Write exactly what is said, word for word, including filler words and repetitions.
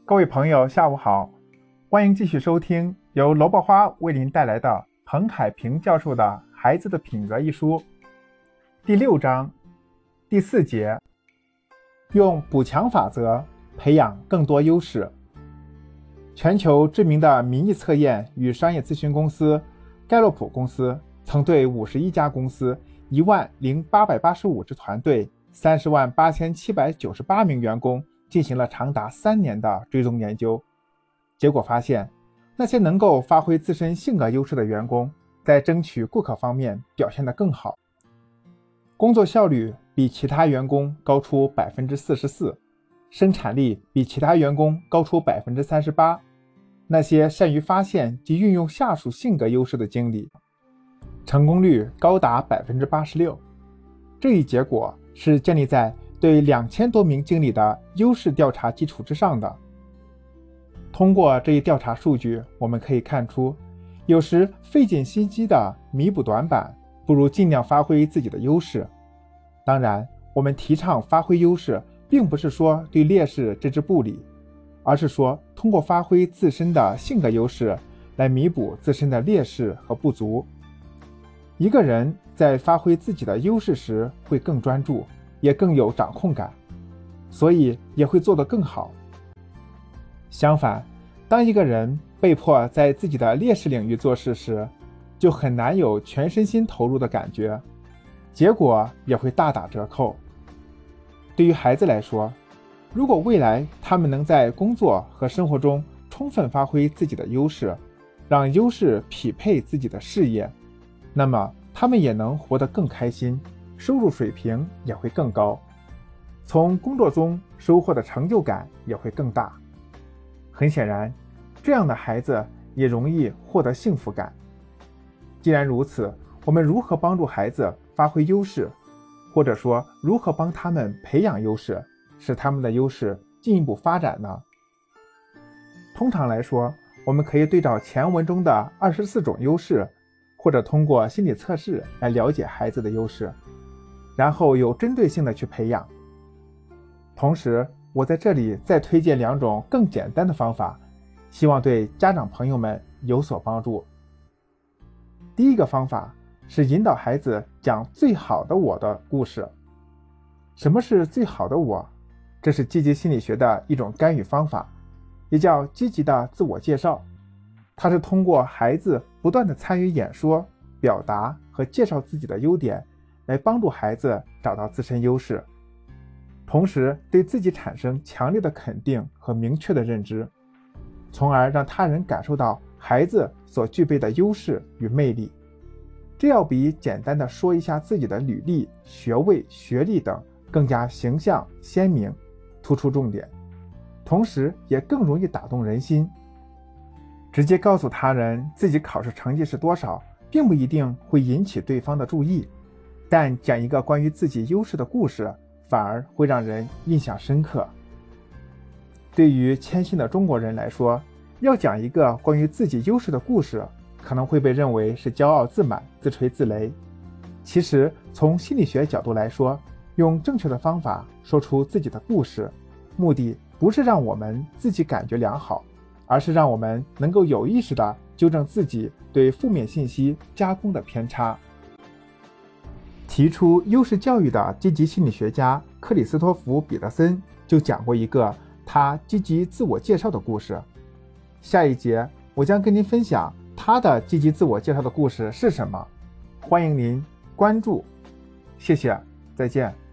各位朋友下午好，欢迎继续收听由萝卜花为您带来的彭海平教授的《孩子的品格》一书，第六章第四节，用补强法则培养更多优势。全球知名的民意测验与商业咨询公司盖洛普公司曾对五十一家公司一万零八百八十五支团队三十万八千七百九十八名员工进行了长达三年的追踪研究，结果发现，那些能够发挥自身性格优势的员工，在争取顾客方面表现得更好，工作效率比其他员工高出 百分之四十四， 生产力比其他员工高出 百分之三十八。 那些善于发现及运用下属性格优势的经理，成功率高达 百分之八十六。 这一结果是建立在对两千多名经理的优势调查基础之上的。通过这一调查数据，我们可以看出，有时费尽心机的弥补短板，不如尽量发挥自己的优势。当然，我们提倡发挥优势，并不是说对劣势置之不理，而是说通过发挥自身的性格优势来弥补自身的劣势和不足。一个人在发挥自己的优势时会更专注，也更有掌控感，所以也会做得更好。相反，当一个人被迫在自己的劣势领域做事时，就很难有全身心投入的感觉，结果也会大打折扣。对于孩子来说，如果未来他们能在工作和生活中充分发挥自己的优势，让优势匹配自己的事业，那么他们也能活得更开心，收入水平也会更高，从工作中收获的成就感也会更大。很显然，这样的孩子也容易获得幸福感。既然如此，我们如何帮助孩子发挥优势，或者说如何帮他们培养优势，使他们的优势进一步发展呢？通常来说，我们可以对照前文中的二十四种优势，或者通过心理测试来了解孩子的优势，然后有针对性的去培养。同时，我在这里再推荐两种更简单的方法，希望对家长朋友们有所帮助。第一个方法是引导孩子讲最好的我的故事。什么是最好的我？这是积极心理学的一种干预方法，也叫积极的自我介绍。它是通过孩子不断地参与演说、表达和介绍自己的优点，来帮助孩子找到自身优势，同时对自己产生强烈的肯定和明确的认知，从而让他人感受到孩子所具备的优势与魅力。这要比简单的说一下自己的履历、学位、学历等更加形象鲜明，突出重点，同时也更容易打动人心。直接告诉他人自己考试成绩是多少，并不一定会引起对方的注意，但讲一个关于自己优势的故事，反而会让人印象深刻。对于谦逊的中国人来说，要讲一个关于自己优势的故事，可能会被认为是骄傲自满、自吹自擂。其实从心理学角度来说，用正确的方法说出自己的故事，目的不是让我们自己感觉良好，而是让我们能够有意识地纠正自己对负面信息加工的偏差。提出优势教育的积极心理学家克里斯托弗·彼得森就讲过一个他积极自我介绍的故事。下一节我将跟您分享他的积极自我介绍的故事是什么，欢迎您关注。谢谢，再见。